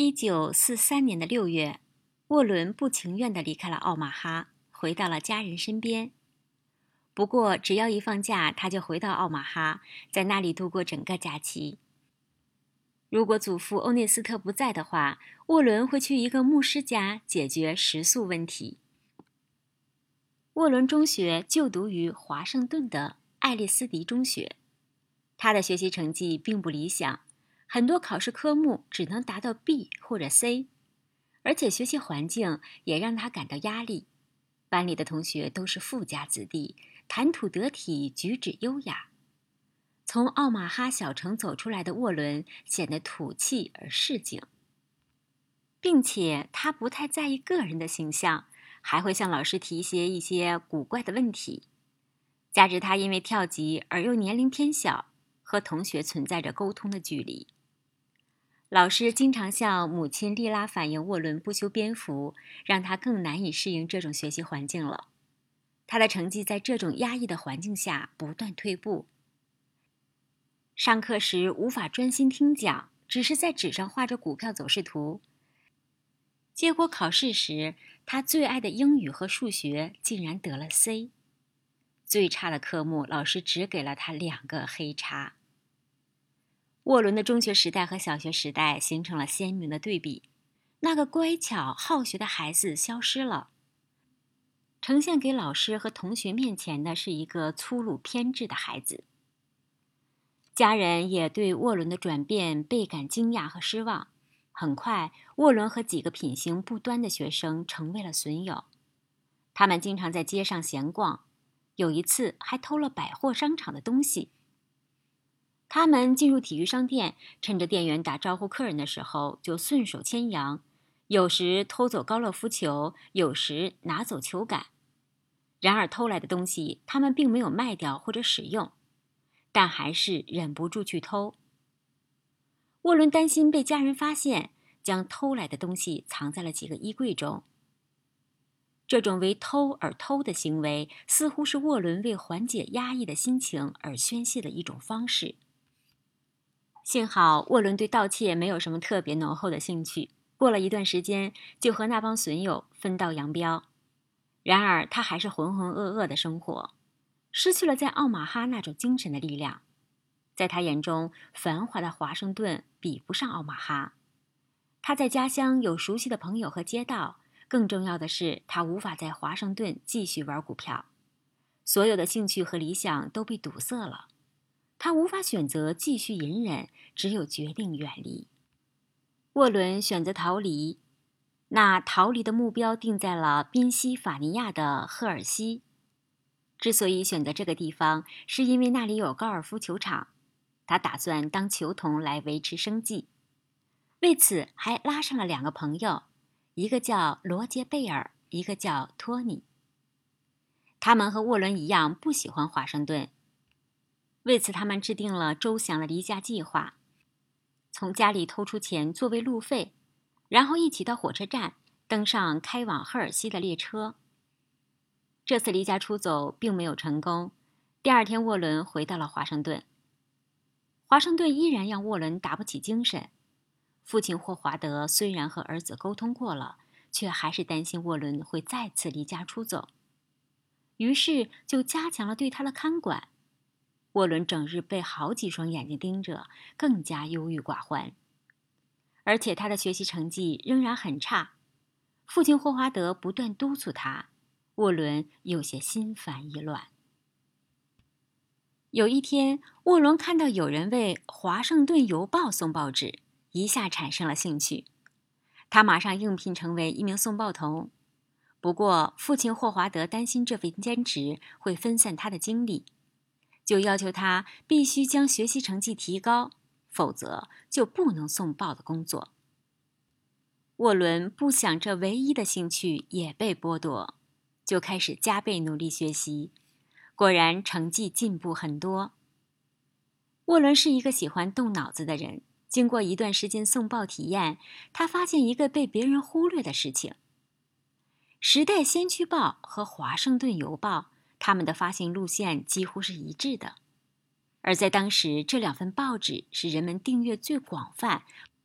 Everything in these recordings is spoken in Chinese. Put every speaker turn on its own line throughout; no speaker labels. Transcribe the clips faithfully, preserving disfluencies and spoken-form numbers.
一九四三年的六月，沃伦不情愿地离开了奥马哈，回到了家人身边。不过，只要一放假，他就回到奥马哈，在那里度过整个假期。如果祖父欧内斯特不在的话，沃伦会去一个牧师家解决食宿问题。沃伦中学就读于华盛顿的爱丽丝迪中学，他的学习成绩并不理想，很多考试科目只能达到 B 或者 C， 而且学习环境也让他感到压力。班里的同学都是富家子弟，谈吐得体，举止优雅。从奥马哈小城走出来的沃伦显得土气而市井，并且他不太在意个人的形象，还会向老师提些一些古怪的问题。加之他因为跳级而又年龄偏小，和同学存在着沟通的距离。老师经常向母亲莉拉反映沃伦不修边幅，让他更难以适应这种学习环境了。他的成绩在这种压抑的环境下不断退步。上课时无法专心听讲，只是在纸上画着股票走势图。结果考试时，他最爱的英语和数学竟然得了 C。最差的科目，老师只给了他两个黑叉。沃伦的中学时代和小学时代形成了鲜明的对比。那个乖巧好学的孩子消失了，呈现给老师和同学面前的是一个粗鲁偏执的孩子。家人也对沃伦的转变倍感惊讶和失望。很快，沃伦和几个品行不端的学生成为了损友。他们经常在街上闲逛，有一次还偷了百货商场的东西。他们进入体育商店，趁着店员打招呼客人的时候就顺手牵羊，有时偷走高尔夫球，有时拿走球杆。然而偷来的东西他们并没有卖掉或者使用，但还是忍不住去偷。沃伦担心被家人发现，将偷来的东西藏在了几个衣柜中。这种为偷而偷的行为，似乎是沃伦为缓解压抑的心情而宣泄的一种方式。幸好沃伦对盗窃没有什么特别浓厚的兴趣，过了一段时间就和那帮损友分道扬镳。然而他还是浑浑噩噩的生活，失去了在奥马哈那种精神的力量。在他眼中，繁华的华盛顿比不上奥马哈。他在家乡有熟悉的朋友和街道，更重要的是他无法在华盛顿继续玩股票。所有的兴趣和理想都被堵塞了，他无法选择继续隐忍，只有决定远离。沃伦选择逃离，那逃离的目标定在了宾夕法尼亚的赫尔西。之所以选择这个地方，是因为那里有高尔夫球场，他打算当球童来维持生计。为此还拉上了两个朋友，一个叫罗杰贝尔，一个叫托尼。他们和沃伦一样不喜欢华盛顿，为此他们制定了周详的离家计划，从家里偷出钱作为路费，然后一起到火车站登上开往赫尔西的列车。这次离家出走并没有成功，第二天沃伦回到了华盛顿。华盛顿依然让沃伦打不起精神。父亲霍华德虽然和儿子沟通过了，却还是担心沃伦会再次离家出走，于是就加强了对他的看管。沃伦整日被好几双眼睛盯着，更加忧郁寡欢。而且他的学习成绩仍然很差。父亲霍华德不断督促他，沃伦有些心烦意乱。有一天，沃伦看到有人为《华盛顿邮报》送报纸，一下产生了兴趣。他马上应聘成为一名送报童。不过，父亲霍华德担心这份兼职会分散他的精力，就要求他必须将学习成绩提高，否则就不能送报的工作。沃伦不想这唯一的兴趣也被剥夺，就开始加倍努力学习。果然成绩进步很多。沃伦是一个喜欢动脑子的人，经过一段时间送报体验，他发现一个被别人忽略的事情。时代先驱报和华盛顿邮报，他们的发行路线几乎是一致的，而在当时这两份报纸是人们订阅最广泛、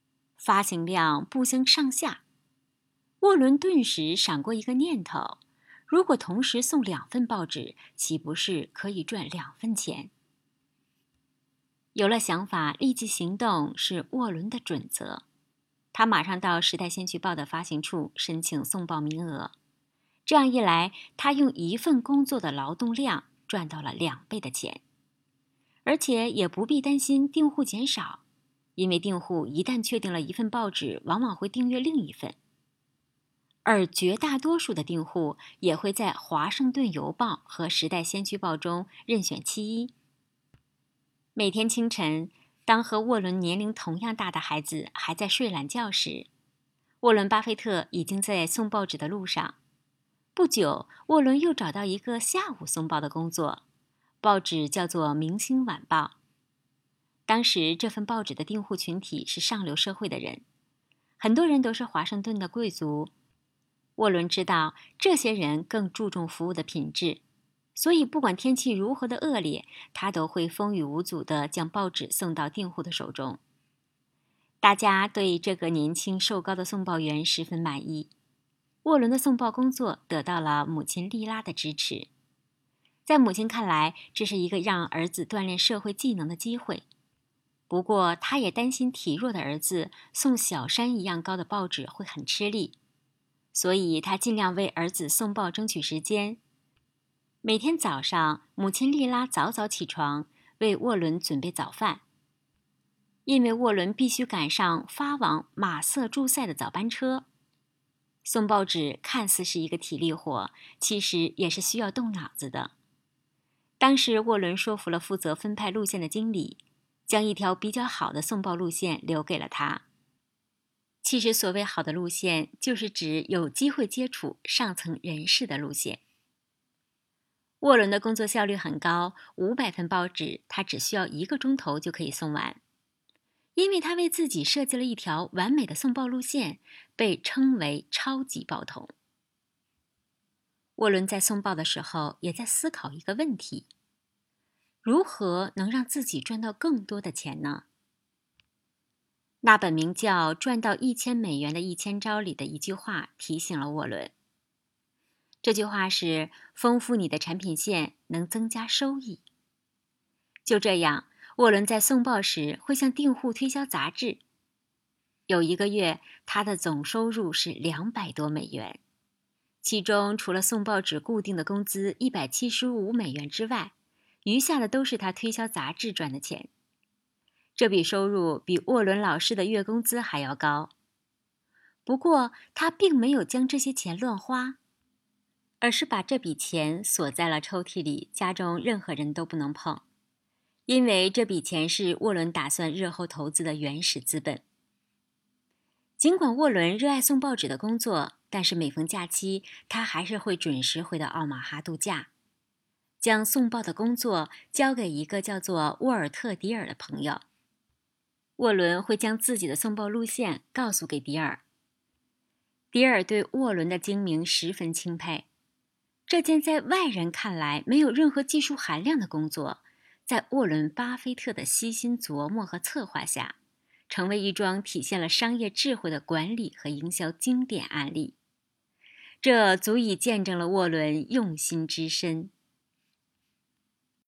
发行量不相上下。沃伦顿时闪过一个念头，如果同时送两份报纸，岂不是可以赚两份钱？有了想法，立即行动是沃伦的准则。他马上到《时代先驱报》的发行处申请送报名额。这样一来，他用一份工作的劳动量赚到了两倍的钱，而且也不必担心订户减少，因为订户一旦确定了一份报纸，往往会订阅另一份。而绝大多数的订户也会在《华盛顿邮报》和《时代先驱报》中任选其一。每天清晨，当和沃伦年龄同样大的孩子还在睡懒觉时，沃伦·巴菲特已经在送报纸的路上。不久，沃伦又找到一个下午送报的工作，报纸叫做《明星晚报》。当时这份报纸的订户群体是上流社会的人，很多人都是华盛顿的贵族。沃伦知道这些人更注重服务的品质，所以不管天气如何的恶劣，他都会风雨无阻地将报纸送到订户的手中。大家对这个年轻瘦高的送报员十分满意。沃伦的送报工作得到了母亲莉拉的支持。在母亲看来，这是一个让儿子锻炼社会技能的机会。不过，她也担心体弱的儿子送小山一样高的报纸会很吃力，所以她尽量为儿子送报争取时间。每天早上，母亲莉拉早早起床，为沃伦准备早饭。因为沃伦必须赶上发往马瑟诸塞的早班车。送报纸看似是一个体力活，其实也是需要动脑子的。当时沃伦说服了负责分派路线的经理，将一条比较好的送报路线留给了他。其实所谓好的路线，就是指有机会接触上层人士的路线。沃伦的工作效率很高，五百份报纸他只需要一个钟头就可以送完。因为他为自己设计了一条完美的送报路线，被称为超级报童。沃伦在送报的时候也在思考一个问题：如何能让自己赚到更多的钱呢？那本名叫《赚到一千美元的一千招》里的一句话提醒了沃伦。这句话是：丰富你的产品线，能增加收益。就这样，沃伦在送报时会向订户推销杂志。有一个月，他的总收入是两百多美元，其中除了送报纸固定的工资一百七十五美元之外，余下的都是他推销杂志赚的钱。这笔收入比沃伦老师的月工资还要高。不过，他并没有将这些钱乱花，而是把这笔钱锁在了抽屉里，家中任何人都不能碰。因为这笔钱是沃伦打算日后投资的原始资本。尽管沃伦热爱送报纸的工作，但是每逢假期，他还是会准时回到奥马哈度假，将送报的工作交给一个叫做沃尔特·迪尔的朋友。沃伦会将自己的送报路线告诉给迪尔。迪尔对沃伦的精明十分钦佩。这件在外人看来没有任何技术含量的工作，在沃伦·巴菲特的悉心琢磨和策划下，成为一桩体现了商业智慧的管理和营销经典案例。这足以见证了沃伦用心之深。